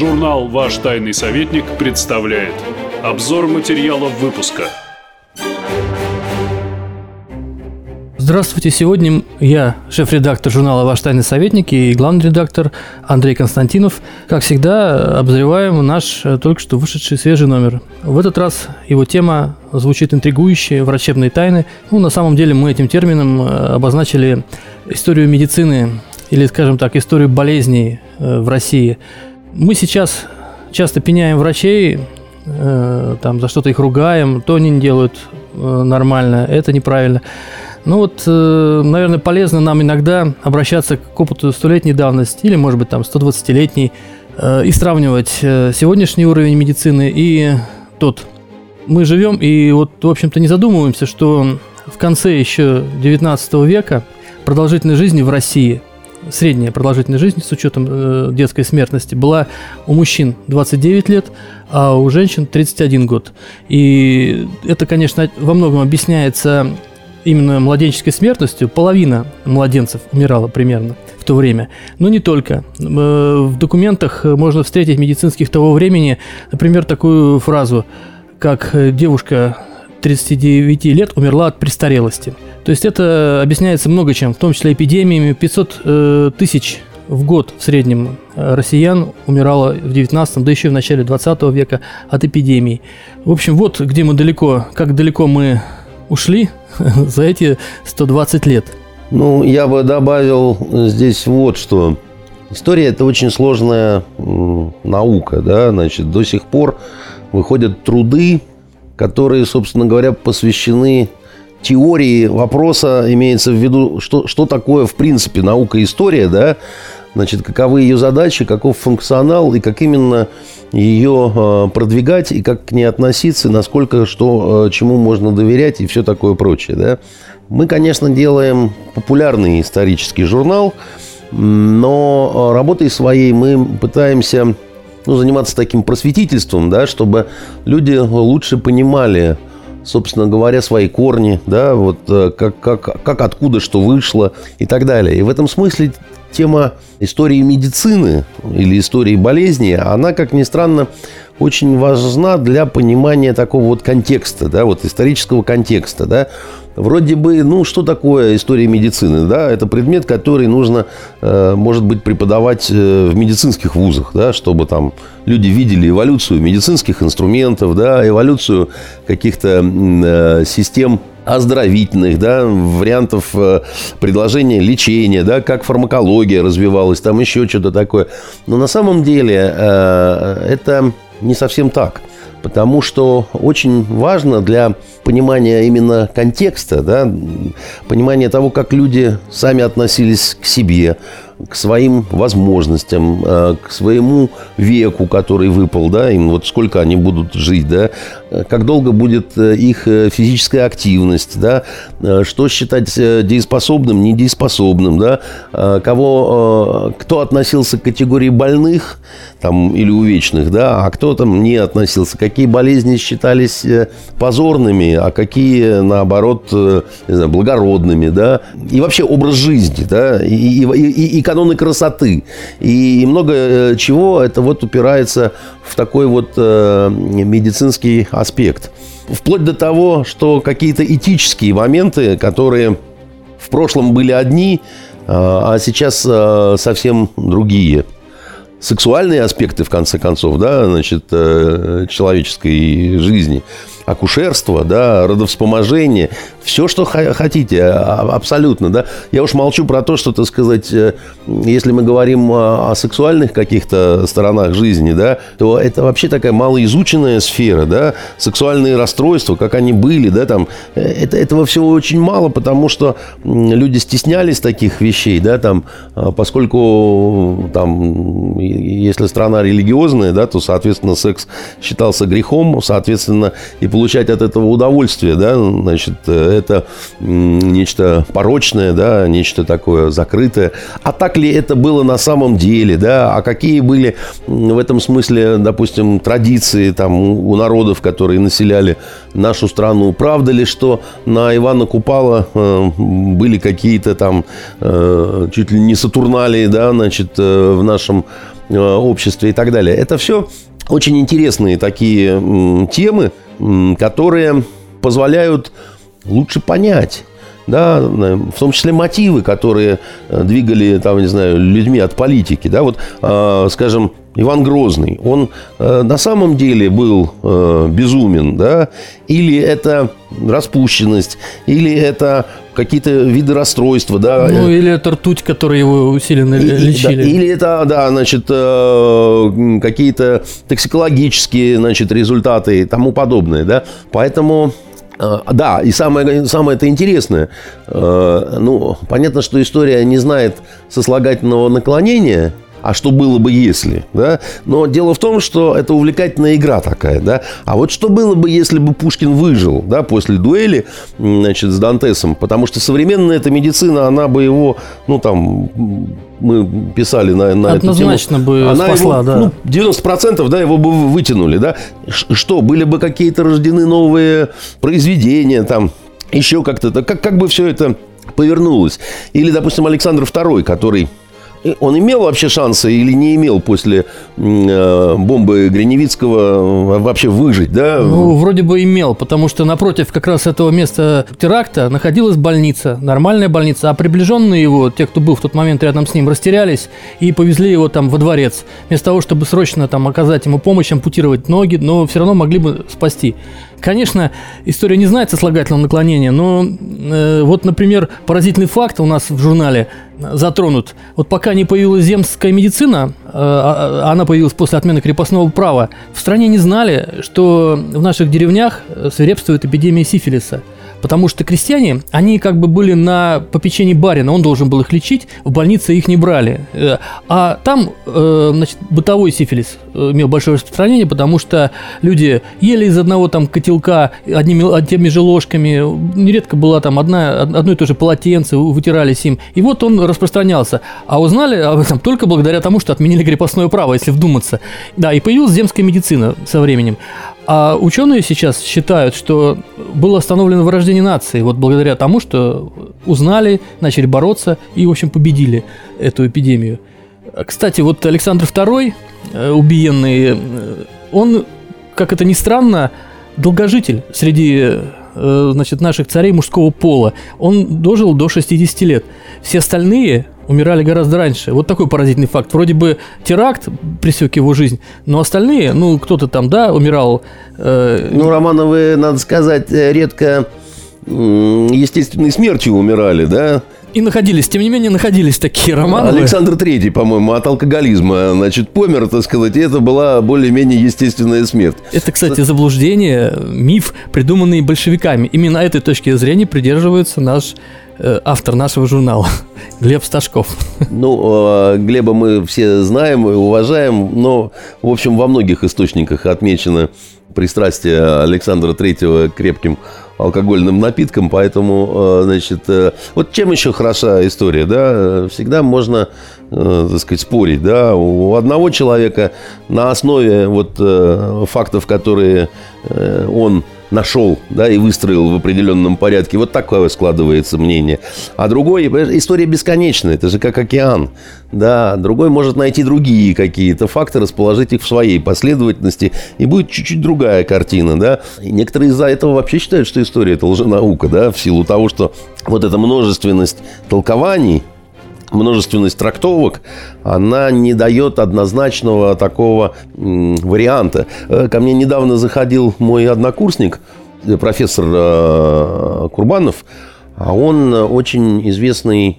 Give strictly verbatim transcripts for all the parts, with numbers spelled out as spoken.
Журнал «Ваш тайный советник» представляет обзор материалов выпуска. Здравствуйте, сегодня я, шеф-редактор журнала «Ваш тайный советник» и главный редактор Андрей Константинов. Как всегда, обозреваем наш только что вышедший свежий номер. В этот раз его тема звучит интригующе: врачебные тайны. Ну, на самом деле мы этим термином обозначили историю медицины, или, скажем так, историю болезней в России. Мы сейчас часто пеняем врачей, там, за что-то их ругаем, то они не делают нормально, это неправильно. Ну вот, наверное, полезно нам иногда обращаться к опыту столетней давности или, может быть, там, сто двадцатилетней и сравнивать сегодняшний уровень медицины и тот. Мы живем и вот, в общем-то, не задумываемся, что в конце еще девятнадцатого века продолжительность жизни в России, средняя продолжительность жизни с учетом э, детской смертности, была у мужчин двадцать девять лет, а у женщин тридцать один год. И это, конечно, во многом объясняется именно младенческой смертностью. Половина младенцев умирала примерно в то время. Но не только. В документах можно встретить медицинских того времени, например, такую фразу, как «девушка тридцати девяти лет умерла от престарелости». То есть это объясняется много чем, в том числе эпидемиями. пятьсот э, тысяч в год в среднем россиян умирало в девятнадцатом, да еще и в начале двадцатого века от эпидемий. В общем, вот где мы далеко, как далеко мы ушли за эти сто двадцать лет. Ну, я бы добавил здесь вот что. История – это очень сложная наука, да, значит, до сих пор выходят труды, которые, собственно говоря, посвящены теории вопроса, имеется в виду, что, что такое, в принципе, наука и история, да, значит, каковы ее задачи, каков функционал и как именно ее э, продвигать и как к ней относиться, насколько, что, э, чему можно доверять и все такое прочее, да. Мы, конечно, делаем популярный исторический журнал, но работой своей мы пытаемся, ну, заниматься таким просветительством, да, чтобы люди лучше понимали, собственно говоря, свои корни, да, вот как, как, как откуда что вышло и так далее. И в этом смысле тема истории медицины или истории болезни, она, как ни странно, очень важна для понимания такого вот контекста, да, вот исторического контекста, да. Вроде бы, ну, что такое история медицины, да? Это предмет, который нужно, э, может быть, преподавать э, в медицинских вузах, да, чтобы там люди видели эволюцию медицинских инструментов, да, эволюцию каких-то э, систем оздоровительных, да, вариантов э, предложения лечения, да, как фармакология развивалась, там еще что-то такое. Но на самом деле э, это не совсем так. Потому что очень важно для понимания именно контекста, да, понимания того, как люди сами относились к себе, к своим возможностям, к своему веку, который выпал, да, им вот сколько они будут жить, да, как долго будет их физическая активность, да, что считать дееспособным, недееспособным, да, кого, кто относился к категории больных там, или увечных, да, а кто там не относился, какие болезни считались позорными, а какие, наоборот, не знаю, благородными, да, и вообще образ жизни, да, и, и, и, и каноны красоты, и много чего это вот упирается в такой вот э, медицинский аспект. Вплоть до того, что какие-то этические моменты, которые в прошлом были одни, э, а сейчас э, совсем другие. Сексуальные аспекты, в конце концов, да, значит, э, человеческой жизни, акушерство, да, родовспоможение, все, что хотите, абсолютно, да. Я уж молчу про то, что, так сказать, если мы говорим о сексуальных каких-то сторонах жизни, да, то это вообще такая малоизученная сфера, да, сексуальные расстройства, как они были, да, там, это, этого всего очень мало, потому что люди стеснялись таких вещей, да, там, поскольку, там, если страна религиозная, да, то, соответственно, секс считался грехом, соответственно, и получать от этого удовольствие, да, значит, это нечто порочное, да, нечто такое закрытое. А так ли это было на самом деле, да, а какие были в этом смысле, допустим, традиции там у народов, которые населяли нашу страну? Правда ли, что на Ивана Купала э, были какие-то там э, чуть ли не сатурналии, да, значит, э, в нашем обществе и так далее. Это все очень интересные такие темы, которые позволяют лучше понять, да, в том числе мотивы, которые двигали, там, не знаю, людьми от политики. Да, вот, скажем, Иван Грозный, он на самом деле был безумен, да, или это распущенность, или это какие-то виды расстройства, да. Ну, или это ртуть, которая его усиленно и, лечили. Да, или это, да, значит, какие-то токсикологические, значит, результаты и тому подобное, да. Поэтому... Да, и самое, самое это интересное, ну, понятно, что история не знает сослагательного наклонения, а что было бы если, да? Но дело в том, что это увлекательная игра такая, да? А вот что было бы, если бы Пушкин выжил, да, после дуэли, значит, с Дантесом? Потому что современная эта медицина, она бы его, ну, там, мы писали на, на эту тему. Однозначно бы она спасла, его, да. Ну, девяносто процентов, да, его бы вытянули, да? Что, были бы какие-то рождены новые произведения, там, еще как-то, как, как бы все это повернулось? Или, допустим, Александр второй, который... Он имел вообще шансы или не имел после э, бомбы Гриневицкого вообще выжить, да? Ну, вроде бы имел, потому что напротив как раз этого места теракта находилась больница, нормальная больница, а приближенные его, те, кто был в тот момент рядом с ним, растерялись и повезли его там во дворец. Вместо того, чтобы срочно там оказать ему помощь, ампутировать ноги, но все равно могли бы спасти. Конечно, история не знает сослагательного наклонения, но э, вот, например, поразительный факт у нас в журнале затронут. Вот пока не появилась земская медицина, э, она появилась после отмены крепостного права, в стране не знали, что в наших деревнях свирепствует эпидемия сифилиса. Потому что крестьяне, они как бы были на попечении барина, он должен был их лечить, в больнице их не брали. А там, значит, бытовой сифилис имел большое распространение, потому что люди ели из одного там котелка одними, теми же ложками, нередко была там одна, одно и то же полотенце, вытирались им, и вот он распространялся. А узнали об этом только благодаря тому, что отменили крепостное право, если вдуматься. Да, и появилась земская медицина со временем. А ученые сейчас считают, что было остановлено вырождение нации вот благодаря тому, что узнали, начали бороться и, в общем, победили эту эпидемию. Кстати, вот Александр второй, убиенный, он, как это ни странно, долгожитель среди, значит, наших царей мужского пола. Он дожил до шестидесяти лет. Все остальные умирали гораздо раньше. Вот такой поразительный факт. Вроде бы теракт пресек его жизнь, но остальные, ну, кто-то там, да, умирал. Э... Ну, Романовы, надо сказать, редко естественной смертью умирали, да? И находились, тем не менее, находились такие Романовы. Александр третий, по-моему, от алкоголизма, значит, помер, так сказать, и это была более-менее естественная смерть. Это, кстати, заблуждение, миф, придуманный большевиками. Именно этой точки зрения придерживается наш э, автор нашего журнала, Глеб Сташков. Ну, Глеба мы все знаем и уважаем, но, в общем, во многих источниках отмечено пристрастие Александра третьего к крепким алкогольным напиткам, поэтому, значит, вот чем еще хороша история, да, всегда можно, так сказать, спорить, да, у одного человека на основе вот фактов, которые он нашел, да, и выстроил в определенном порядке. Вот такое складывается мнение. А другой, история бесконечная, это же как океан, да, другой может найти другие какие-то факты, расположить их в своей последовательности, и будет чуть-чуть другая картина, да. И некоторые из-за этого вообще считают, что история – это лженаука, да, в силу того, что вот эта множественность толкований, множественность трактовок, она не дает однозначного такого м, варианта. Ко мне недавно заходил мой однокурсник, профессор э, Курбанов, а он очень известный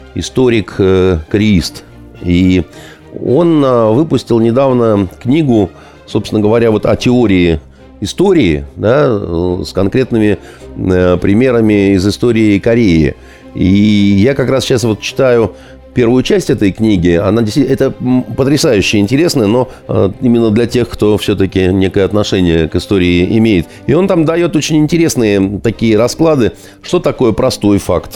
историк-кореист. И он выпустил недавно книгу, собственно говоря, вот о теории истории, да, с конкретными э, примерами из истории Кореи. И я как раз сейчас вот читаю первую часть этой книги. Она действительно, это потрясающе интересно, но э, именно для тех, кто все-таки некое отношение к истории имеет. И он там дает очень интересные такие расклады, что такое простой факт,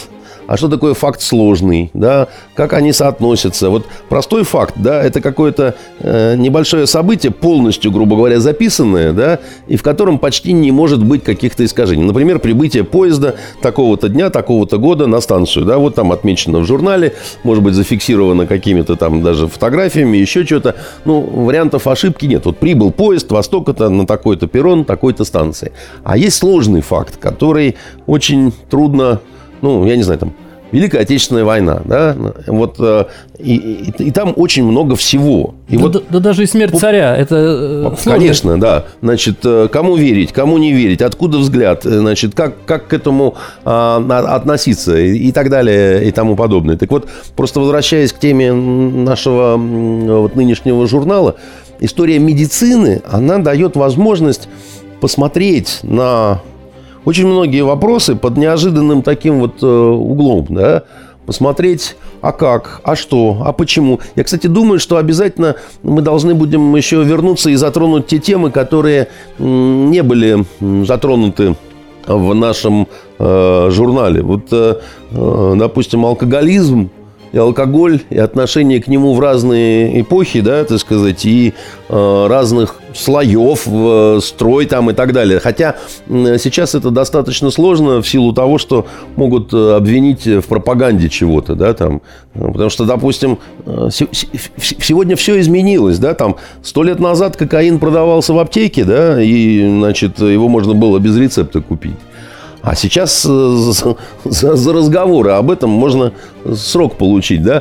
а что такое факт сложный, да, как они соотносятся. Вот простой факт, да, это какое-то э, небольшое событие, полностью, грубо говоря, записанное, да, и в котором почти не может быть каких-то искажений. Например, прибытие поезда такого-то дня, такого-то года на станцию, да, вот там отмечено в журнале, может быть, зафиксировано какими-то там даже фотографиями, еще что-то. Ну, вариантов ошибки нет. Вот прибыл поезд во столько-то на такой-то перрон, такой-то станции. А есть сложный факт, который очень трудно, ну, я не знаю, там, Великая Отечественная война, да, вот, и, и, и там очень много всего. И да, вот, да, да даже и смерть царя, это сложно. Конечно, да. Значит, кому верить, кому не верить, откуда взгляд, значит, как, как к этому а, относиться и, и так далее, и тому подобное. Так вот, просто возвращаясь к теме нашего вот, нынешнего журнала, история медицины, она дает возможность посмотреть на очень многие вопросы под неожиданным таким вот э, углом, да, посмотреть, а как, а что, а почему. Я, кстати, думаю, что обязательно мы должны будем еще вернуться и затронуть те темы, которые м, не были затронуты в нашем э, журнале. Вот, э, э, допустим, алкоголизм, и алкоголь, и отношение к нему в разные эпохи, да, так сказать, и э, разных слоев, э, строй там и так далее. Хотя э, сейчас это достаточно сложно в силу того, что могут обвинить в пропаганде чего-то, да, там. Потому что, допустим, э, с- с- сегодня все изменилось, да, там. Сто лет назад кокаин продавался в аптеке, да, и, значит, его можно было без рецепта купить. А сейчас за, за, за разговоры об этом можно срок получить, да?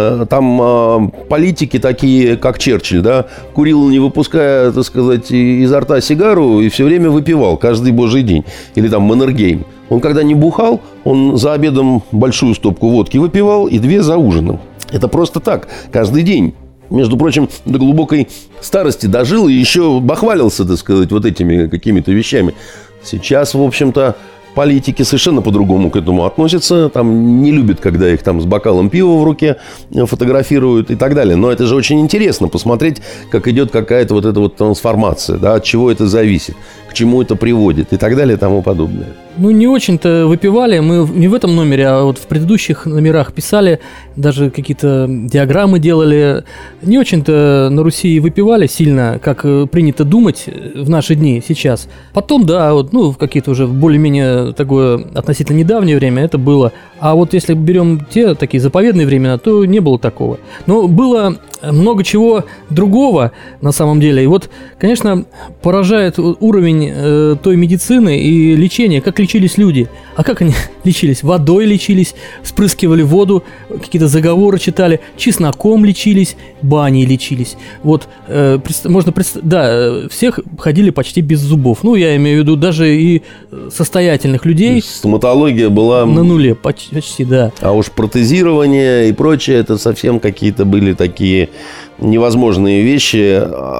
Там политики такие, как Черчилль, да, курил, не выпуская, так сказать, изо рта сигару и все время выпивал каждый божий день. Или там Маннергейм. Он когда не бухал, он за обедом большую стопку водки выпивал и две за ужином. Это просто так, каждый день. Между прочим, до глубокой старости дожил и еще бахвалился, так сказать, вот этими какими-то вещами. Сейчас, в общем-то, политики совершенно по-другому к этому относятся. Там не любят, когда их там с бокалом пива в руке фотографируют и так далее. Но это же очень интересно посмотреть, как идет какая-то вот эта вот трансформация, да, от чего это зависит, к чему это приводит и так далее и тому подобное. Ну, не очень-то выпивали. Мы не в этом номере, а вот в предыдущих номерах писали, даже какие-то диаграммы делали. Не очень-то на Руси выпивали сильно, как принято думать в наши дни сейчас. Потом, да, вот, ну, в какие-то уже более-менее такое относительно недавнее время это было. А вот если берем те такие заповедные времена, то не было такого. Но было много чего другого на самом деле. И вот, конечно, поражает уровень э, той медицины и лечения, как лечились люди. А как они лечились? Водой лечились, спрыскивали воду, какие-то заговоры читали, чесноком лечились, баней лечились. Вот, э, пред, можно представить, да, всех ходили почти без зубов. Ну, я имею в виду даже и состоятельных людей. Стоматология была... На нуле, почти, почти, да. А уж протезирование и прочее, это совсем какие-то были такие невозможные вещи.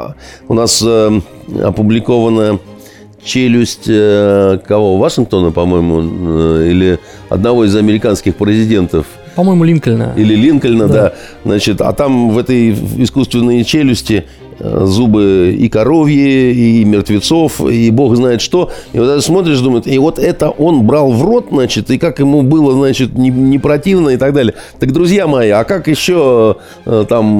У нас э, опубликована челюсть э, кого? Вашингтона, по-моему, э, или одного из американских президентов. По-моему, Линкольна. Или Линкольна, да. да. Значит, а там в этой искусственной челюсти зубы и коровьи, и мертвецов, и бог знает что. И вот смотришь, думаешь, и вот это он брал в рот, значит, и как ему было, значит, не, не противно и так далее. Так, друзья мои, а как еще там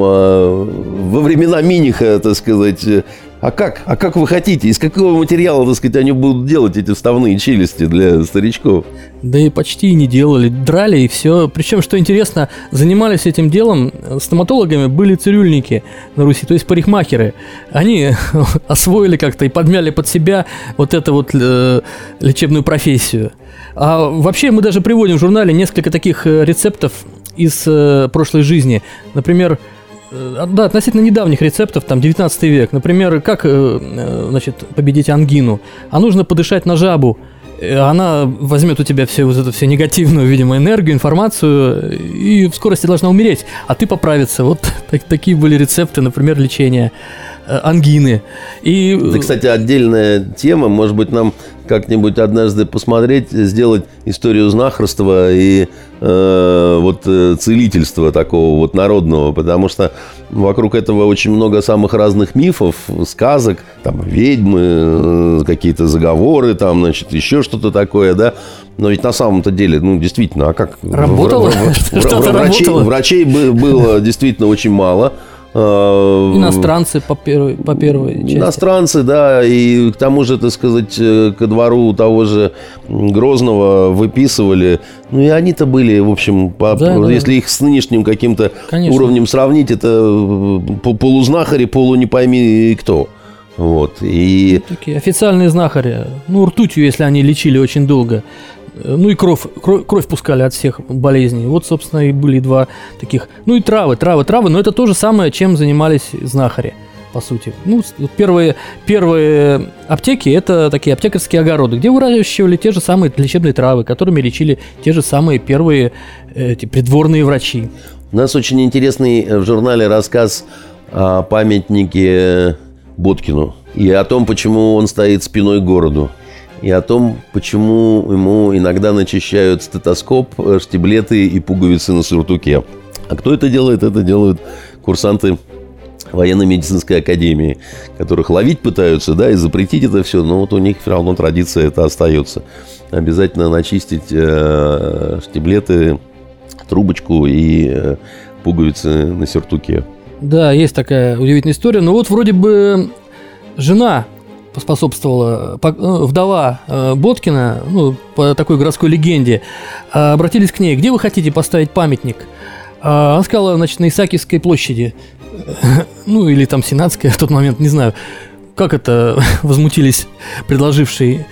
во времена Миниха, так сказать, а как? А как вы хотите? Из какого материала, так сказать, они будут делать эти вставные челюсти для старичков? Да и почти не делали. Драли и все. Причем, что интересно, занимались этим делом стоматологами были цирюльники на Руси, то есть парикмахеры. Они освоили как-то и подмяли под себя вот эту вот э, лечебную профессию. А вообще мы даже приводим в журнале несколько таких рецептов из э, прошлой жизни. Например, да, относительно недавних рецептов, там, девятнадцатый век. Например, как, значит, победить ангину? А нужно подышать на жабу. Она возьмет у тебя всю вот эту всю негативную, видимо, энергию, информацию, и в скорости должна умереть, а ты поправиться. Вот так, такие были рецепты, например, лечения. ангины. И... Это, кстати, отдельная тема. Может быть, нам как-нибудь однажды посмотреть, сделать историю знахарства и э, вот целительства такого вот народного, потому что вокруг этого очень много самых разных мифов, сказок, там ведьмы, э, какие-то заговоры, там, значит, еще что-то такое, да. Но ведь на самом-то деле, ну, действительно, а как? Работало? Врачей было действительно очень мало. Иностранцы по первой, по первой части. Иностранцы, да, и к тому же, так сказать, ко двору того же Грозного выписывали. Ну, и они-то были, в общем, по, да, если да. их с нынешним каким-то Конечно. уровнем сравнить, это полузнахари, полу не пойми кто. Вот, и... Ну, такие официальные знахари. Ну, ртутью, если они лечили очень долго. Ну и кровь, кровь, кровь пускали от всех болезней. Вот, собственно, и были два таких. Ну и травы, травы, травы. Но это то же самое, чем занимались знахари, по сути. Ну, первые, первые аптеки – это такие аптекарские огороды, где выращивали те же самые лечебные травы, которыми лечили те же самые первые эти придворные врачи. У нас очень интересный в журнале рассказ о памятнике Боткину и о том, почему он стоит спиной к городу. И о том, почему ему иногда начищают стетоскоп, штиблеты и пуговицы на сюртуке. А кто это делает? Это делают курсанты военно-медицинской академии, которых ловить пытаются, да, и запретить это все. Но вот у них все равно традиция это остается. Обязательно начистить э, штиблеты, трубочку и э, пуговицы на сюртуке. Да, есть такая удивительная история. Но вот вроде бы жена... поспособствовала вдова Боткина, ну, по такой городской легенде, обратились к ней: где вы хотите поставить памятник? Она сказала, значит, на Исаакиевской площади, ну, или там Сенатская в тот момент, не знаю, как это возмутились предложившие,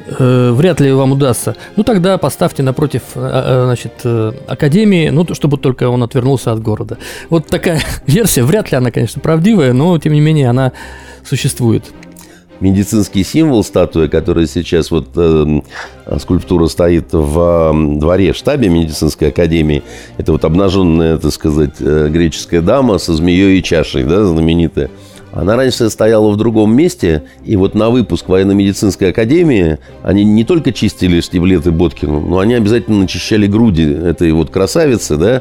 вряд ли вам удастся. Ну, тогда поставьте напротив, значит, академии, ну, чтобы только он отвернулся от города. Вот такая версия, вряд ли она, конечно, правдивая, но, тем не менее, она существует. Медицинский символ, статуя, которая сейчас вот э, скульптура стоит в э, дворе штабе медицинской академии, это вот обнаженная, так сказать, э, греческая дама со змеей и чашей, да, знаменитая. Она раньше стояла в другом месте, и вот на выпуск военно-медицинской академии они не только чистили штиблеты Боткину, но они обязательно начищали груди этой вот красавицы, да,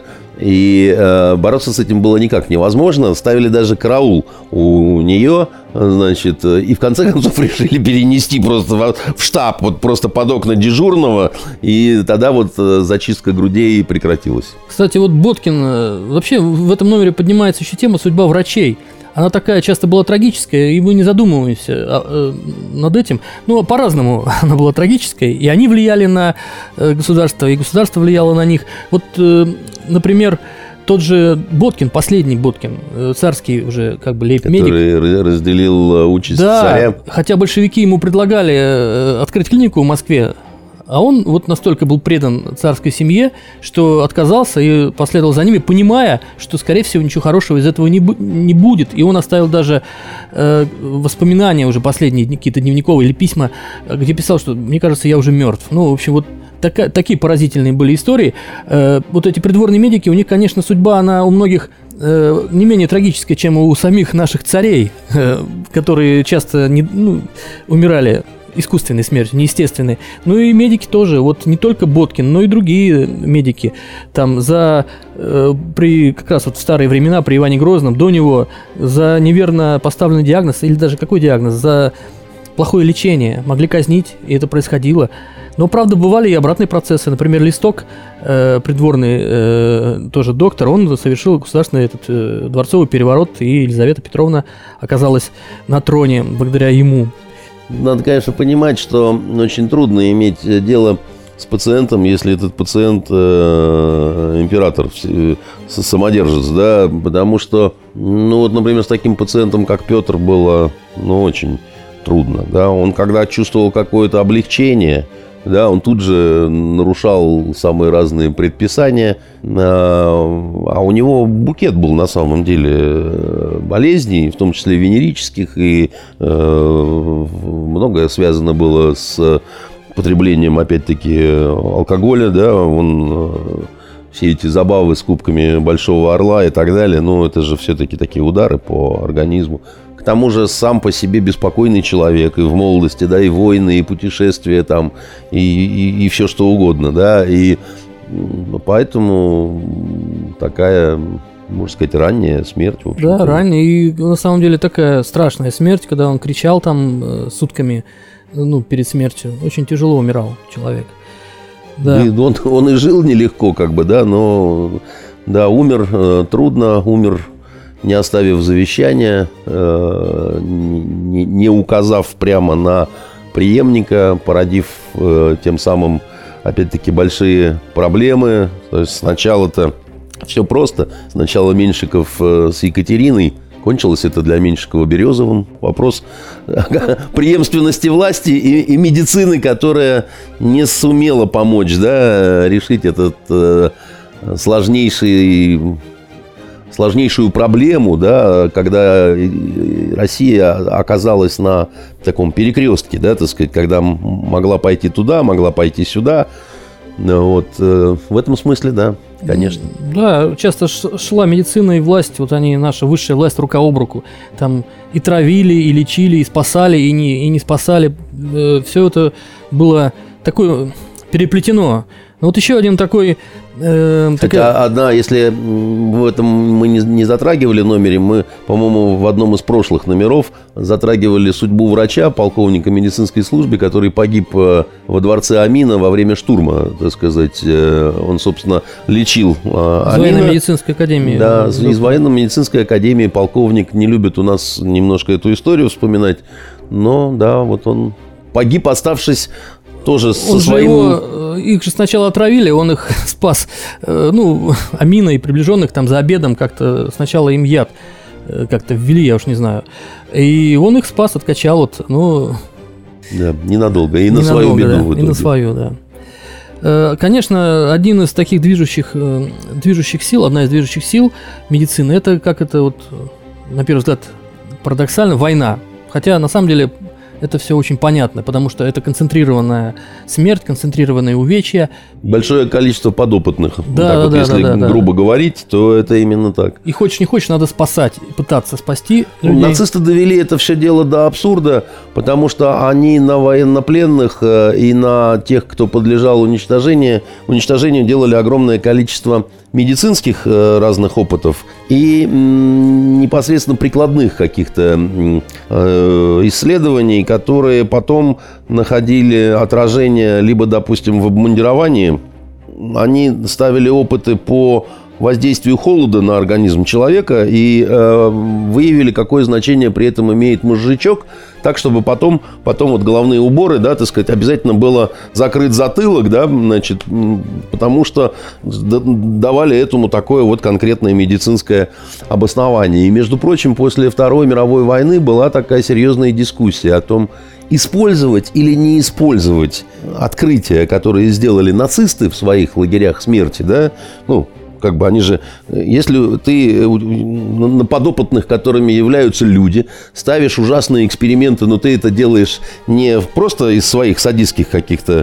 и э, бороться с этим было никак невозможно. Ставили даже караул у нее, значит, и в конце концов решили перенести просто в, в штаб, вот просто под окна дежурного, и тогда вот зачистка грудей прекратилась. Кстати, вот Боткин, вообще в этом номере поднимается еще тема судьба врачей. Она такая часто была трагическая, и мы не задумываемся а, а, над этим. Ну, по-разному она была трагической, и они влияли на э, государство, и государство влияло на них. Вот, э, например, тот же Боткин, последний Боткин, э, царский уже как бы лейб-медик. Который разделил участь да, царя. Хотя большевики ему предлагали э, открыть клинику в Москве, а он вот настолько был предан царской семье, что отказался и последовал за ними, понимая, что, скорее всего, ничего хорошего из этого не, бу- не будет. И он оставил даже э, воспоминания уже последние, какие-то дневниковые или письма, где писал, что, мне кажется, я уже мертв. Ну, в общем, вот така- такие поразительные были истории. Э, вот эти придворные медики, у них, конечно, судьба, она у многих э, не менее трагическая, чем у самих наших царей, э, которые часто не, ну, умирали искусственной смертью, неестественной. Ну и медики тоже, вот не только Боткин, но и другие медики. Там за, э, при, как раз вот в старые времена, при Иване Грозном, до него, за неверно поставленный диагноз, или даже какой диагноз, за плохое лечение могли казнить, и это происходило. Но, правда, бывали и обратные процессы. Например, Листок, э, придворный э, тоже доктор, он совершил государственный этот, э, дворцовый переворот, и Елизавета Петровна оказалась на троне благодаря ему. Надо, конечно, понимать, что очень трудно иметь дело с пациентом, если этот пациент э, император, э, самодержец, да, потому что, ну вот, например, с таким пациентом, как Петр, было, ну, очень трудно, да, он когда чувствовал какое-то облегчение, да, он тут же нарушал самые разные предписания, а у него букет был на самом деле болезней, в том числе венерических, и многое связано было с потреблением, опять-таки, алкоголя, да, он... Все эти забавы с кубками Большого Орла и так далее, ну, это же все-таки такие удары по организму. К тому же сам по себе беспокойный человек и в молодости, да, и войны, и путешествия там, и, и, и все что угодно, да, и поэтому такая, можно сказать, ранняя смерть. В общем-то. Да, ранняя, и на самом деле такая страшная смерть, когда он кричал там сутками, ну, перед смертью, очень тяжело умирал человек. Да. И он, он и жил нелегко, как бы, да, но, да, умер э, трудно, умер, не оставив завещания, э, не, не указав прямо на преемника, породив э, тем самым, опять-таки, большие проблемы. То есть сначала-то все просто. Сначала Меньшиков э, с Екатериной. Кончилось это для Меньшикова Березовым. Вопрос преемственности власти и, и медицины, которая не сумела помочь, да, решить этот э, сложнейший, сложнейшую проблему, да, когда Россия оказалась на таком перекрестке, да, так сказать, когда могла пойти туда, могла пойти сюда. Вот, э, в этом смысле, да, конечно. Да, часто шла медицина и власть, вот они, наша высшая власть, рука об руку. Там и травили, и лечили, и спасали, и не, и не спасали. Э, все это было такое переплетено. Но вот еще один такой... Э, Хотя такая... одна, если в этом мы не, не затрагивали номере, мы, по-моему, в одном из прошлых номеров затрагивали судьбу врача, полковника медицинской службы, который погиб во дворце Амина во время штурма, так сказать. Он, собственно, лечил Амина. Из военно-медицинской академии. Да, из военно-медицинской академии полковник. Не любит у нас немножко эту историю вспоминать, но, да, вот он погиб, оставшись... Тоже со он своим... же его, их же сначала отравили, он их спас, ну, Амина и приближенных там за обедом как-то сначала им яд как-то ввели, я уж не знаю. И он их спас, откачал вот, ну... Да, ненадолго, и на ненадолго, свою беду да, в итоге. И на свою, да. Конечно, один из таких движущих, движущих сил, одна из движущих сил медицины, это, как это вот, на первый взгляд, парадоксально, война. Хотя, на самом деле... Это все очень понятно, потому что это концентрированная смерть, концентрированные увечья. Большое количество подопытных. Да, так да, вот, да, если да, да, грубо да. говорить, то это именно так. И хочешь не хочешь, надо спасать, пытаться спасти людей. Нацисты довели это все дело до абсурда, потому что они на военнопленных и на тех, кто подлежал уничтожению, уничтожению делали огромное количество медицинских разных опытов и непосредственно прикладных каких-то исследований, которые потом находили отражение либо, допустим, в обмундировании. Они ставили опыты по воздействию холода на организм человека и э, выявили, какое значение при этом имеет мозжечок, так, чтобы потом, потом вот головные уборы, да, так сказать, обязательно было закрыть затылок, да, значит, потому что давали этому такое вот конкретное медицинское обоснование. И, между прочим, после Второй мировой войны была такая серьезная дискуссия о том, использовать или не использовать открытия, которые сделали нацисты в своих лагерях смерти, да, ну, как бы они же, если ты на подопытных, которыми являются люди, ставишь ужасные эксперименты, но ты это делаешь не просто из своих садистских каких-то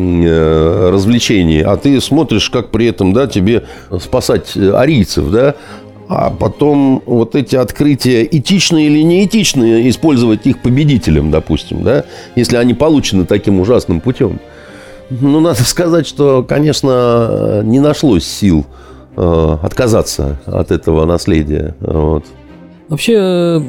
э, развлечений, а ты смотришь, как при этом, да, тебе спасать арийцев, да, а потом вот эти открытия, этичные или неэтичные, использовать их победителем, допустим, да, если они получены таким ужасным путем. Ну, надо сказать, что, конечно, не нашлось сил отказаться от этого наследия. Вот. Вообще,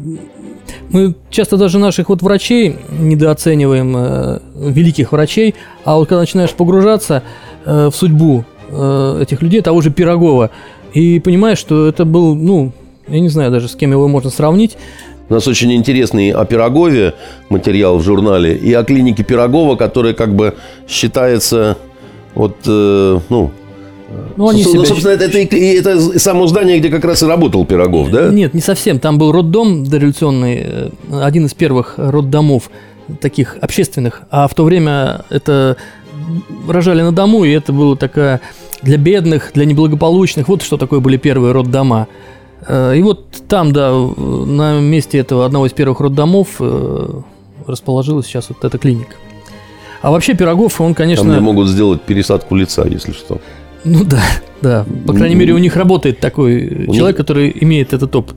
мы часто даже наших вот врачей недооцениваем, э, великих врачей, а вот когда начинаешь погружаться э, в судьбу э, этих людей, того же Пирогова, и понимаешь, что это был, ну, я не знаю даже, с кем его можно сравнить. У нас очень интересный о Пирогове материал в журнале и о клинике Пирогова, которая как бы считается вот, э, ну, Ну, они ну, себя... собственно, это, это, это само здание, где как раз и работал Пирогов, да? Нет, не совсем. Там был роддом дореволюционный, один из первых роддомов таких общественных. А в то время это рожали на дому, и это было такая для бедных, для неблагополучных. Вот что такое были первые роддома. И вот там, да, на месте этого одного из первых роддомов расположилась сейчас вот эта клиника. А вообще Пирогов, он, конечно... Там мне могут сделать пересадку лица, если что. Ну да, да. По крайней мере, у них работает такой человек, который имеет этот опыт.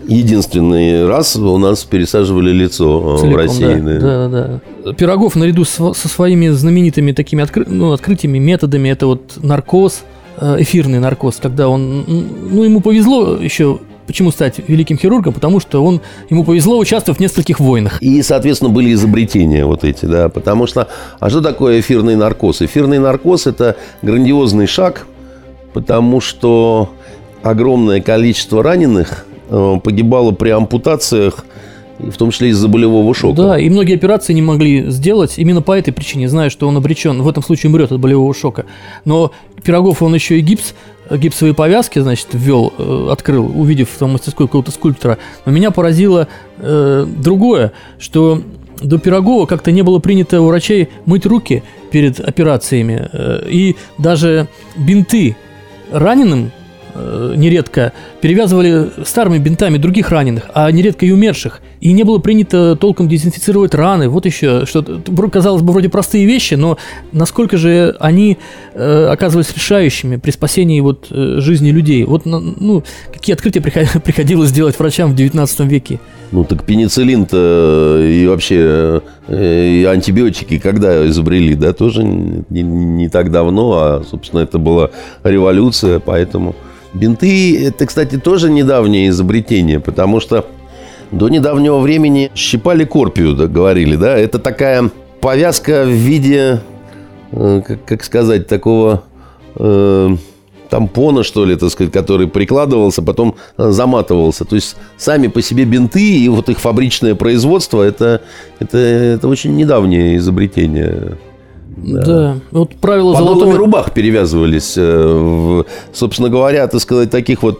единственный раз у нас пересаживали лицо целиком, в России. Да, да, да, да. Пирогов наряду со своими знаменитыми такими откры... ну, открытиями, методами, это вот наркоз, эфирный наркоз, когда он, ну, ему повезло еще. Почему стать великим хирургом? Потому что он, ему повезло участвовать в нескольких войнах. И, соответственно, были изобретения вот эти, да. Потому что, а что такое эфирный наркоз? Эфирный наркоз – это грандиозный шаг, потому что огромное количество раненых погибало при ампутациях, в том числе из-за болевого шока. Да, и многие операции не могли сделать именно по этой причине, зная, что он обречен, в этом случае умрет от болевого шока. Но Пирогов, он еще и гипс, гипсовые повязки, значит, ввел, открыл, увидев в мастерской какого-то скульптора. Но меня поразило э, другое, что до Пирогова как-то не было принято у врачей мыть руки перед операциями. Э, и даже бинты раненым нередко перевязывали старыми бинтами других раненых, а нередко и умерших. И не было принято толком дезинфицировать раны. Вот еще что-то, казалось бы, вроде простые вещи, но насколько же они э, оказывались решающими при спасении вот, э, жизни людей. Вот, ну, какие открытия приходилось делать врачам в девятнадцатом веке. Ну, так пенициллин-то и вообще и антибиотики когда изобрели, да, тоже не, не так давно, а, собственно, это была революция, поэтому... Бинты – это, кстати, тоже недавнее изобретение, потому что до недавнего времени щипали корпию, да, говорили, да, это такая повязка в виде, э, как, как сказать, такого э, тампона, что ли, так сказать, который прикладывался, потом заматывался. То есть сами по себе бинты и вот их фабричное производство – это, это, это очень недавнее изобретение. Да. да, вот правило Подолами золотого... рубах перевязывались, собственно говоря, так сказать, таких вот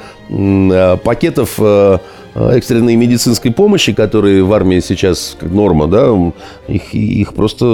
пакетов экстренной медицинской помощи, которые в армии сейчас как норма, да, их, их просто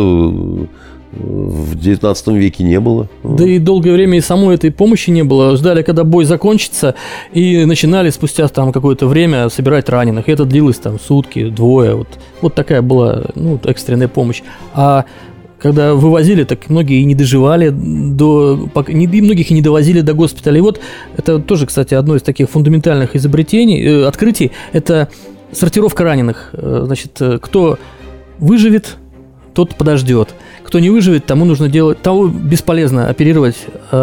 в девятнадцатом веке не было. Да и долгое время и самой этой помощи не было. Ждали, когда бой закончится, и начинали спустя там какое-то время собирать раненых. И это длилось там сутки, двое. Вот, вот такая была, ну, экстренная помощь. А когда вывозили, так многие и не доживали до... И многих и не довозили до госпиталя. И вот это тоже, кстати, одно из таких фундаментальных изобретений, э, открытий. Это сортировка раненых. Э, значит, кто выживет, тот подождет. Кто не выживет, тому нужно делать, того бесполезно оперировать.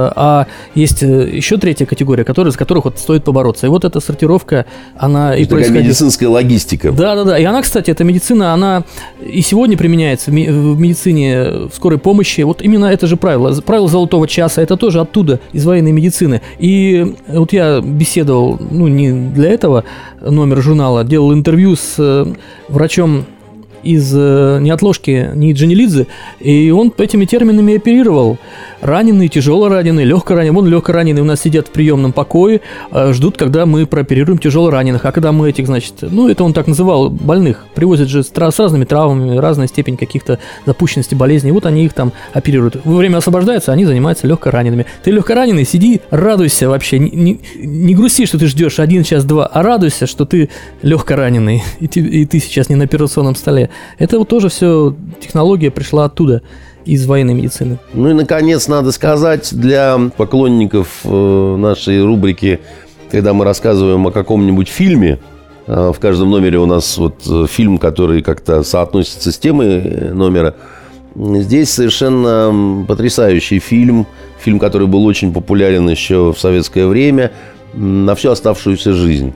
А есть еще третья категория, которые, с которых вот стоит побороться. И вот эта сортировка, она и происходит. Такая медицинская логистика. Да, да, да. И она, кстати, эта медицина, она и сегодня применяется в медицине в скорой помощи. Вот именно это же правило. Правило золотого часа, это тоже оттуда, из военной медицины. И вот я беседовал, ну, не для этого номера журнала, делал интервью с врачом из э, неотложки Ниджинилидзе, и он этими терминами оперировал. Раненые, тяжело раненые, легко раненые. Вон легко раненые у нас сидят в приемном покое, э, ждут, когда мы прооперируем тяжело раненых. А когда мы этих, значит, ну, это он так называл, больных, привозят же с, с разными травмами, разная степень каких-то запущенности болезней. Вот они их там оперируют. Во время освобождаются, они занимаются легко ранеными. Ты легко раненый, сиди, радуйся вообще. Не, не, не грусти, что ты ждешь один час, два, а радуйся, что ты легко раненый, и ты, и ты сейчас не на операционном столе. Это вот тоже все, технология пришла оттуда, из военной медицины. Ну и, наконец, надо сказать, для поклонников нашей рубрики, когда мы рассказываем о каком-нибудь фильме, в каждом номере у нас вот фильм, который как-то соотносится с темой номера, здесь совершенно потрясающий фильм, фильм, который был очень популярен еще в советское время, на всю оставшуюся жизнь.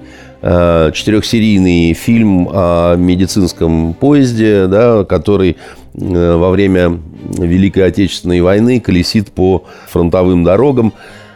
Четырехсерийный фильм о медицинском поезде, да, который во время Великой Отечественной войны колесит по фронтовым дорогам.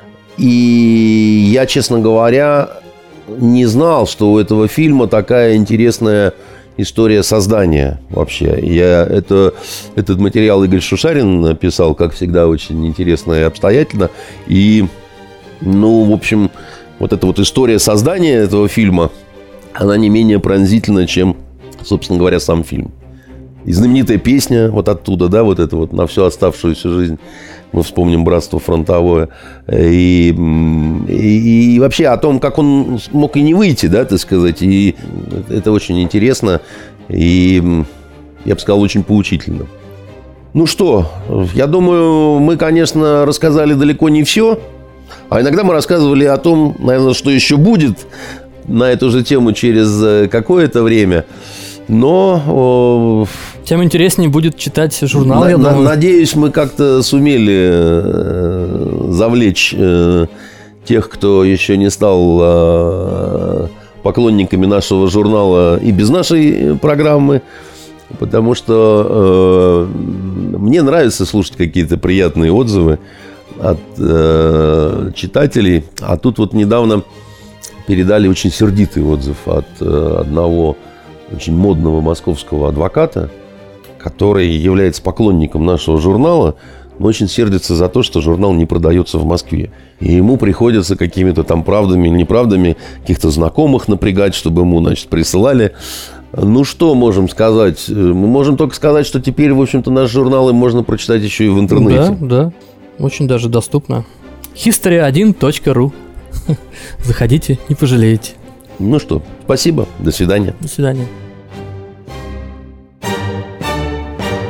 И я, честно говоря, не знал, что у этого фильма такая интересная история создания вообще. Я это, этот материал Игорь Шушарин написал, как всегда, очень интересно и обстоятельно. И, ну, в общем... Вот эта вот история создания этого фильма, она не менее пронзительна, чем, собственно говоря, сам фильм. И знаменитая песня вот оттуда, да, вот это вот на всю оставшуюся жизнь. Мы вспомним «Братство фронтовое». И, и, и вообще о том, как он мог и не выйти, да, так сказать. И это очень интересно. И, я бы сказал, очень поучительно. Ну что, я думаю, мы, конечно, рассказали далеко не все. А иногда мы рассказывали о том, наверное, что еще будет. на эту же тему через какое-то время. Но... О, тем интереснее будет читать журнал, на, я на, думаю. Надеюсь, мы как-то сумели э, завлечь э, тех, кто еще не стал э, поклонниками нашего журнала и без нашей программы. Потому что э, мне нравится слушать какие-то приятные отзывы от э, читателей. А тут вот недавно передали очень сердитый отзыв от э, одного очень модного московского адвоката, который является поклонником нашего журнала, но очень сердится за то, что журнал не продается в Москве. И ему приходится какими-то там правдами или неправдами каких-то знакомых напрягать, чтобы ему, значит, присылали. Ну, что можем сказать? Мы можем только сказать, что теперь, в общем-то, наши журналы можно прочитать еще и в интернете. Да, да. Очень даже доступно. хистори один точка ру. Заходите, не пожалеете. Ну что, спасибо. До свидания. До свидания.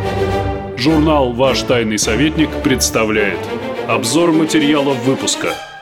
Журнал «Ваш тайный советник» представляет обзор материалов выпуска.